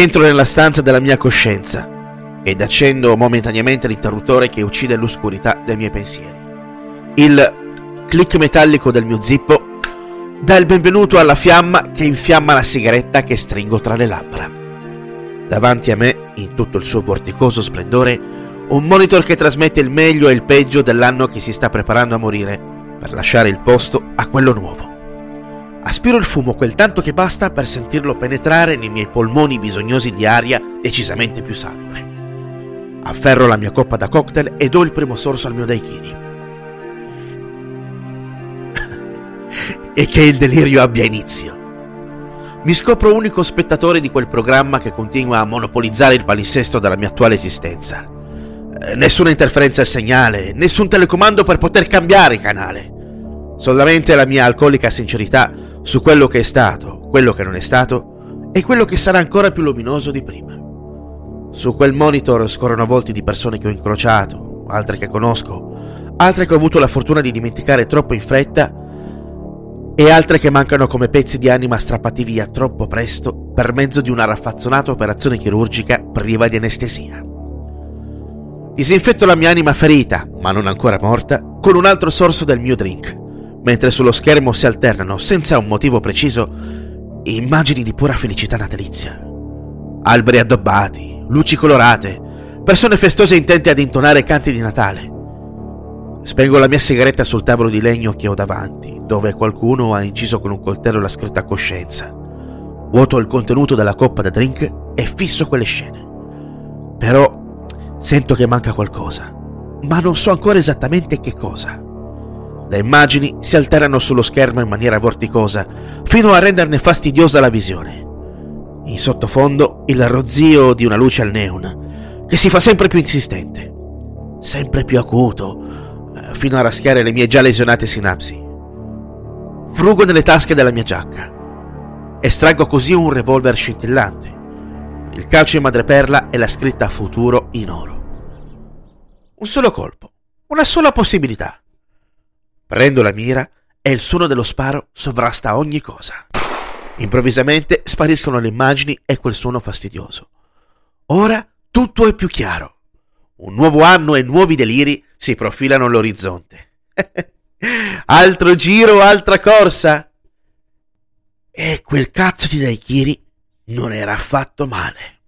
Entro nella stanza della mia coscienza ed accendo momentaneamente l'interruttore che uccide l'oscurità dei miei pensieri. Il click metallico del mio zippo dà il benvenuto alla fiamma che infiamma la sigaretta che stringo tra le labbra. Davanti a me, in tutto il suo vorticoso splendore, un monitor che trasmette il meglio e il peggio dell'anno che si sta preparando a morire per lasciare il posto a quello nuovo. Aspiro il fumo quel tanto che basta per sentirlo penetrare nei miei polmoni bisognosi di aria decisamente più salubre. Afferro la mia coppa da cocktail e do il primo sorso al mio daiquiri. E che il delirio abbia inizio. Mi scopro unico spettatore di quel programma che continua a monopolizzare il palinsesto della mia attuale esistenza. Nessuna interferenza al segnale, nessun telecomando per poter cambiare canale. Solamente la mia alcolica sincerità su quello che è stato, quello che non è stato e quello che sarà ancora più luminoso di prima. Su quel monitor scorrono volti di persone che ho incrociato, altre che conosco, altre che ho avuto la fortuna di dimenticare troppo in fretta e altre che mancano come pezzi di anima strappati via troppo presto per mezzo di una raffazzonata operazione chirurgica priva di anestesia. Disinfetto la mia anima ferita, ma non ancora morta, con un altro sorso del mio drink, mentre sullo schermo si alternano, senza un motivo preciso, immagini di pura felicità natalizia. Alberi addobbati, luci colorate, persone festose intente ad intonare canti di Natale. Spengo la mia sigaretta sul tavolo di legno che ho davanti, dove qualcuno ha inciso con un coltello la scritta coscienza. Vuoto il contenuto della coppa da drink e fisso quelle scene. Però sento che manca qualcosa, ma non so ancora esattamente che cosa. Le immagini si alternano sullo schermo in maniera vorticosa, fino a renderne fastidiosa la visione. In sottofondo il rozzio di una luce al neon, che si fa sempre più insistente, sempre più acuto, fino a raschiare le mie già lesionate sinapsi. Frugo nelle tasche della mia giacca. Estraggo così un revolver scintillante, il calcio in madreperla e la scritta futuro in oro. Un solo colpo, una sola possibilità. Prendo la mira e il suono dello sparo sovrasta ogni cosa. Improvvisamente spariscono le immagini e quel suono fastidioso. Ora tutto è più chiaro. Un nuovo anno e nuovi deliri si profilano all'orizzonte. Altro giro, altra corsa. E quel cazzo di daiquiri non era affatto male.